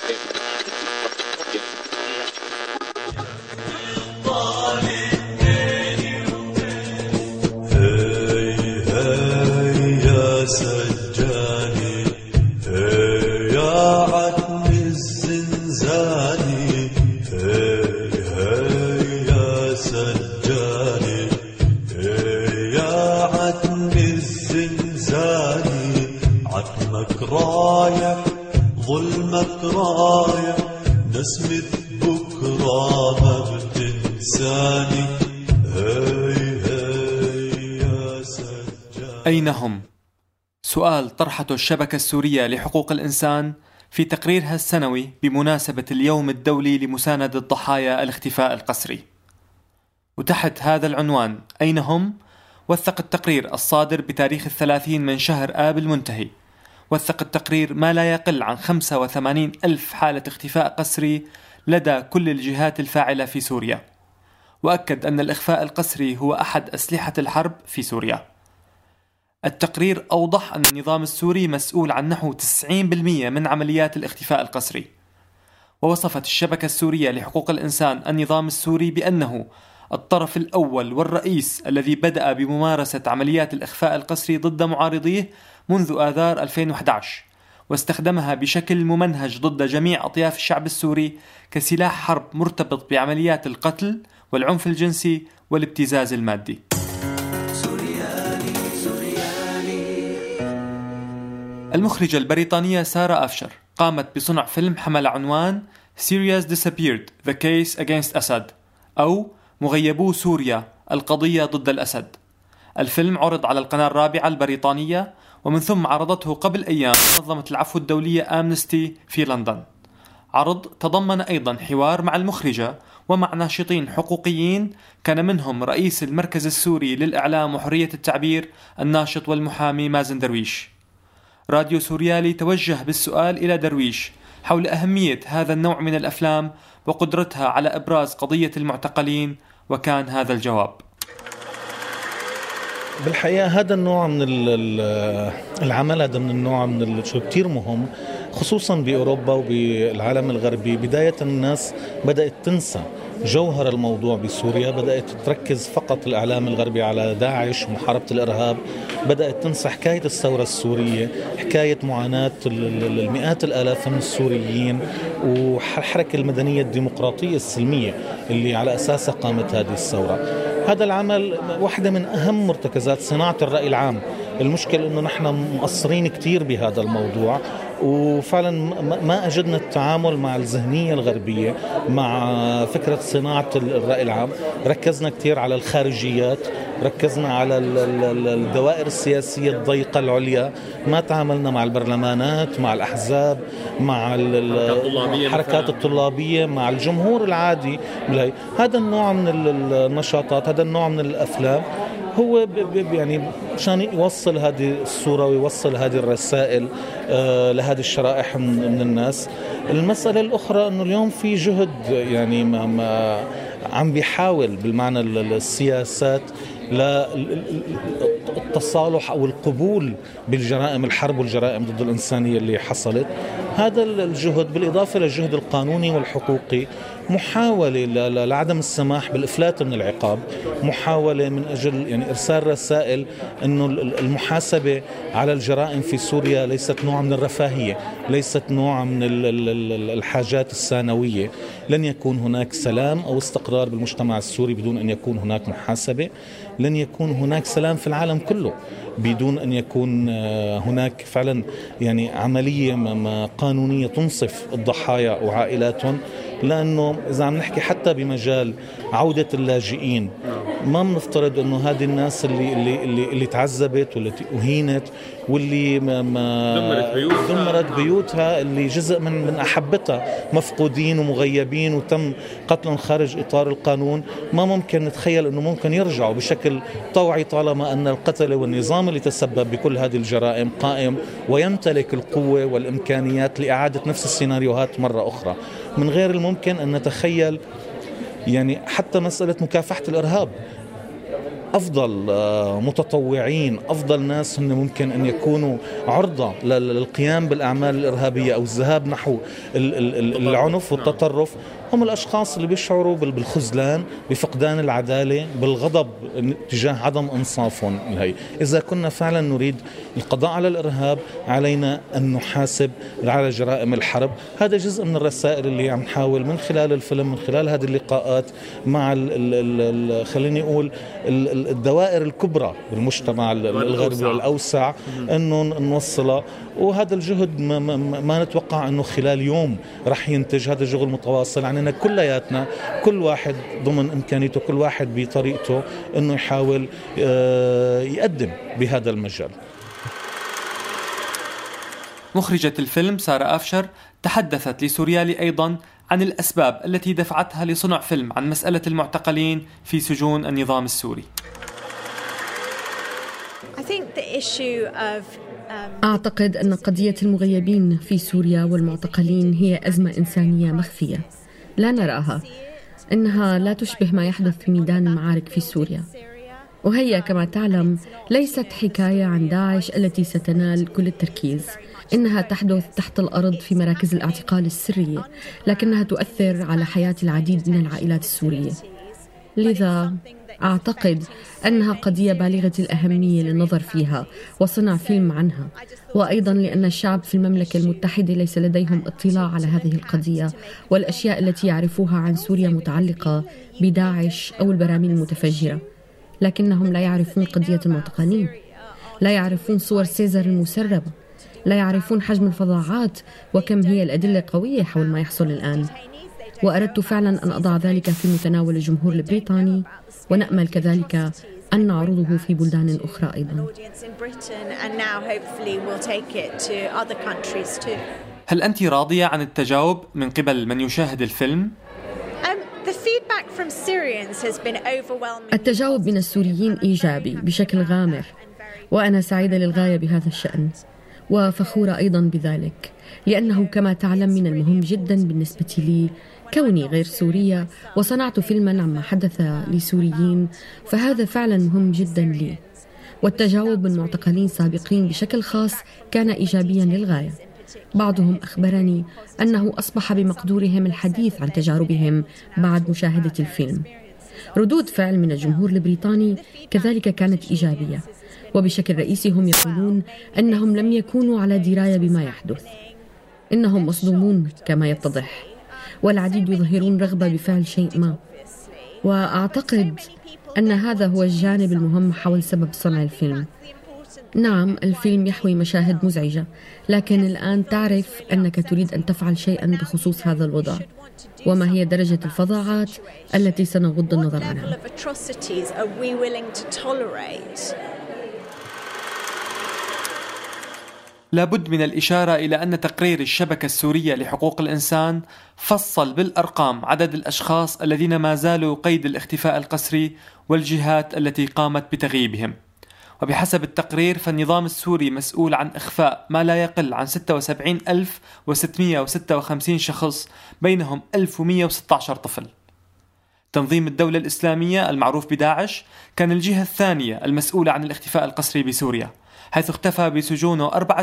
ظلمك رايح نسمة بكرة ما بتنساني. هاي يا سجاد. أين هم؟ سؤال طرحته الشبكة السورية لحقوق الإنسان في تقريرها السنوي بمناسبة اليوم الدولي لمساندة ضحايا الاختفاء القسري. وتحت هذا العنوان أين هم؟ وثق التقرير الصادر بتاريخ 30 من شهر آب المنتهي، وثق التقرير ما لا يقل عن 85 ألف حالة اختفاء قسري لدى كل الجهات الفاعلة في سوريا، وأكد أن الإخفاء القسري هو أحد أسلحة الحرب في سوريا. التقرير أوضح أن النظام السوري مسؤول عن نحو 90% من عمليات الاختفاء القسري. ووصفت الشبكة السورية لحقوق الإنسان النظام السوري بأنه الطرف الأول والرئيس الذي بدأ بممارسة عمليات الإخفاء القسري ضد معارضيه منذ آذار 2011، واستخدمها بشكل ممنهج ضد جميع أطياف الشعب السوري كسلاح حرب مرتبط بعمليات القتل والعنف الجنسي والابتزاز المادي. المخرجة البريطانية سارة أفشر قامت بصنع فيلم حمل عنوان Syria's Disappeared: The Case Against Assad، أو مغيبو سوريا، القضية ضد الأسد. الفيلم عرض على القناة الرابعة البريطانية، ومن ثم عرضته قبل أيام منظمة العفو الدولية آمنستي في لندن. عرض تضمن أيضا حوار مع المخرجة ومع ناشطين حقوقيين، كان منهم رئيس المركز السوري للإعلام وحرية التعبير الناشط والمحامي مازن درويش. راديو سوريالي توجه بالسؤال إلى درويش حول أهمية هذا النوع من الأفلام وقدرتها على إبراز قضية المعتقلين، وكان هذا الجواب: بالحقيقة هذا النوع من العمل، هذا من النوع من شو كتير مهم، خصوصا بأوروبا وبالعالم الغربي. بداية الناس بدأت تنسى جوهر الموضوع بسوريا، بدأت تركز فقط الإعلام الغربي على داعش ومحاربة الإرهاب، بدأت تنسى حكاية الثورة السورية، حكاية معاناة المئات الآلاف من السوريين والحركة المدنية الديمقراطية السلمية اللي على أساسها قامت هذه الثورة. هذا العمل واحدة من أهم مرتكزات صناعة الرأي العام. المشكلة أنه نحن مقصرين كتير بهذا الموضوع، وفعلا ما أجدنا التعامل مع الذهنية الغربية مع فكرة صناعة الرأي العام. ركزنا كتير على الخارجيات، ركزنا على الدوائر السياسية الضيقة العليا، ما تعاملنا مع البرلمانات، مع الأحزاب، مع الحركات الطلابية، مع الجمهور العادي. هذا النوع من النشاطات، هذا النوع من الأفلام هو يعني عشان يوصل هذه الصورة ويوصل هذه الرسائل لهذه الشرائح من الناس. المسألة الأخرى أنه اليوم في جهد يعني ما عم بيحاول بالمعنى السياسات للتصالح أو القبول بالجرائم الحرب والجرائم ضد الإنسانية اللي حصلت. هذا الجهد بالإضافة للجهد القانوني والحقوقي محاولة لعدم السماح بالإفلات من العقاب، محاولة من أجل يعني إرسال رسائل أنه المحاسبة على الجرائم في سوريا ليست نوع من الرفاهية، ليست نوع من الحاجات الثانوية. لن يكون هناك سلام أو استقرار بالمجتمع السوري بدون أن يكون هناك محاسبة، لن يكون هناك سلام في العالم كله بدون أن يكون هناك فعلا يعني عملية قانونية تنصف الضحايا وعائلاتهم. لأنه إذا عم نحكي حتى بمجال عودة اللاجئين، ما بنفترض أنه هذه الناس اللي تعذبت واللي أهينت واللي دمرت بيوتها، اللي جزء من أحبتها مفقودين ومغيبين وتم قتلهم خارج إطار القانون، ما ممكن نتخيل أنه ممكن يرجعوا بشكل طوعي طالما أن القتل والنظام اللي تسبب بكل هذه الجرائم قائم ويمتلك القوة والإمكانيات لإعادة نفس السيناريوهات مرة أخرى. من غير الممكن أن نتخيل يعني حتى مسألة مكافحة الإرهاب. أفضل متطوعين، أفضل ناس هم ممكن أن يكونوا عرضة للقيام بالأعمال الإرهابية أو الذهاب نحو العنف والتطرف، هم الأشخاص اللي بيشعروا بالخذلان، بفقدان العدالة، بالغضب تجاه عدم إنصافهم. إذا كنا فعلا نريد القضاء على الإرهاب علينا أن نحاسب على جرائم الحرب. هذا جزء من الرسائل اللي عم نحاول من خلال الفيلم، من خلال هذه اللقاءات مع خليني أقول الدوائر الكبرى بالمجتمع الغربي والأوسع، أنه نوصلها. وهذا الجهد ما نتوقع أنه خلال يوم رح ينتج، هذا الجهد متواصل عننا كلياتنا، كل واحد ضمن إمكانيته، كل واحد بطريقته أنه يحاول يقدم بهذا المجال. مخرجة الفيلم سارة أفشر تحدثت لسوريالي أيضا عن الأسباب التي دفعتها لصنع فيلم عن مسألة المعتقلين في سجون النظام السوري. أعتقد أن قضية المغيبين في سوريا والمعتقلين هي أزمة إنسانية مخفية لا نراها، إنها لا تشبه ما يحدث في ميدان المعارك في سوريا، وهي كما تعلم ليست حكاية عن داعش التي ستنال كل التركيز، إنها تحدث تحت الأرض في مراكز الاعتقال السرية، لكنها تؤثر على حياة العديد من العائلات السورية. لذا أعتقد أنها قضية بالغة الأهمية للنظر فيها وصنع فيلم عنها، وأيضا لأن الشعب في المملكة المتحدة ليس لديهم اطلاع على هذه القضية والأشياء التي يعرفوها عن سوريا متعلقة بداعش أو البراميل المتفجرة، لكنهم لا يعرفون قضية المعتقلين، لا يعرفون صور سيزر المسربة، لا يعرفون حجم الفظاعات وكم هي الأدلة قوية حول ما يحصل الآن. وأردت فعلا أن أضع ذلك في متناول الجمهور البريطاني، ونأمل كذلك أن نعرضه في بلدان أخرى أيضا. هل أنت راضية عن التجاوب من قبل من يشاهد الفيلم؟ التجاوب من السوريين إيجابي بشكل غامر، وأنا سعيدة للغاية بهذا الشأن وفخورة أيضا بذلك، لأنه كما تعلم من المهم جدا بالنسبة لي كوني غير سورية وصنعت فيلما عما حدث لسوريين، فهذا فعلا مهم جدا لي. والتجاوب من معتقلين سابقين بشكل خاص كان إيجابيا للغاية. بعضهم أخبرني أنه أصبح بمقدورهم الحديث عن تجاربهم بعد مشاهدة الفيلم. ردود فعل من الجمهور البريطاني كذلك كانت إيجابية، وبشكل رئيسي هم يقولون أنهم لم يكونوا على دراية بما يحدث، إنهم مصدومون كما يتضح، والعديد يظهرون رغبة بفعل شيء ما. وأعتقد أن هذا هو الجانب المهم حول سبب صنع الفيلم. نعم، الفيلم يحوي مشاهد مزعجة، لكن الآن تعرف أنك تريد أن تفعل شيئا بخصوص هذا الوضع، وما هي درجة الفظاعات التي سنغض النظر عنها. لابد من الإشارة إلى أن تقرير الشبكة السورية لحقوق الإنسان فصل بالأرقام عدد الأشخاص الذين ما زالوا قيد الاختفاء القسري والجهات التي قامت بتغييبهم. وبحسب التقرير فالنظام السوري مسؤول عن إخفاء ما لا يقل عن 76,656 شخص، بينهم 1116 طفل. تنظيم الدولة الإسلامية المعروف بداعش كان الجهة الثانية المسؤولة عن الاختفاء القسري بسوريا، حيث اختفى بسجونه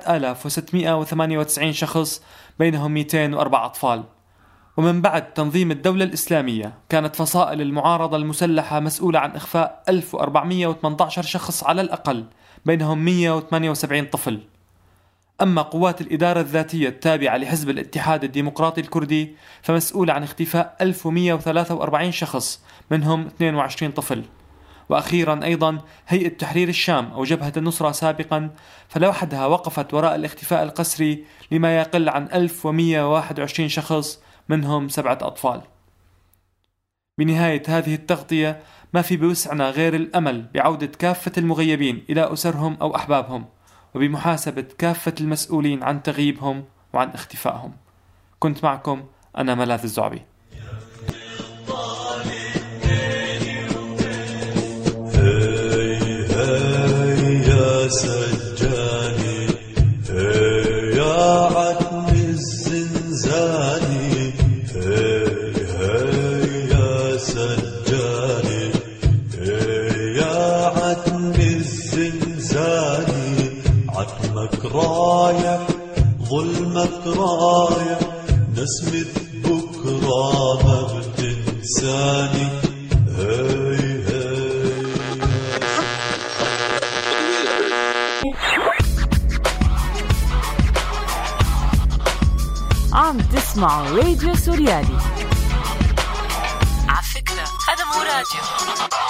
4698 شخص، بينهم 204 أطفال. ومن بعد تنظيم الدولة الإسلامية كانت فصائل المعارضة المسلحة مسؤولة عن إخفاء 1418 شخص على الأقل، بينهم 178 طفل. أما قوات الإدارة الذاتية التابعة لحزب الاتحاد الديمقراطي الكردي فمسؤولة عن اختفاء 1143 شخص، منهم 22 طفل. وأخيرا أيضا هيئة تحرير الشام أو جبهة النصرة سابقا فلوحدها وقفت وراء الاختفاء القسري لما يقل عن 1121 شخص، منهم 7 أطفال. بنهاية هذه التغطية ما في بوسعنا غير الأمل بعودة كافة المغيبين إلى أسرهم أو أحبابهم، وبمحاسبة كافة المسؤولين عن تغييبهم وعن اختفائهم. كنت معكم أنا ملاذ الزعبي. سجاني يا عتم الزنزاني، يا سجاني يا نسمة بكرة ما بتنساني. هاي هاي عم تسمعوا راديو سوريالي. على فكرة هذا مو راديو.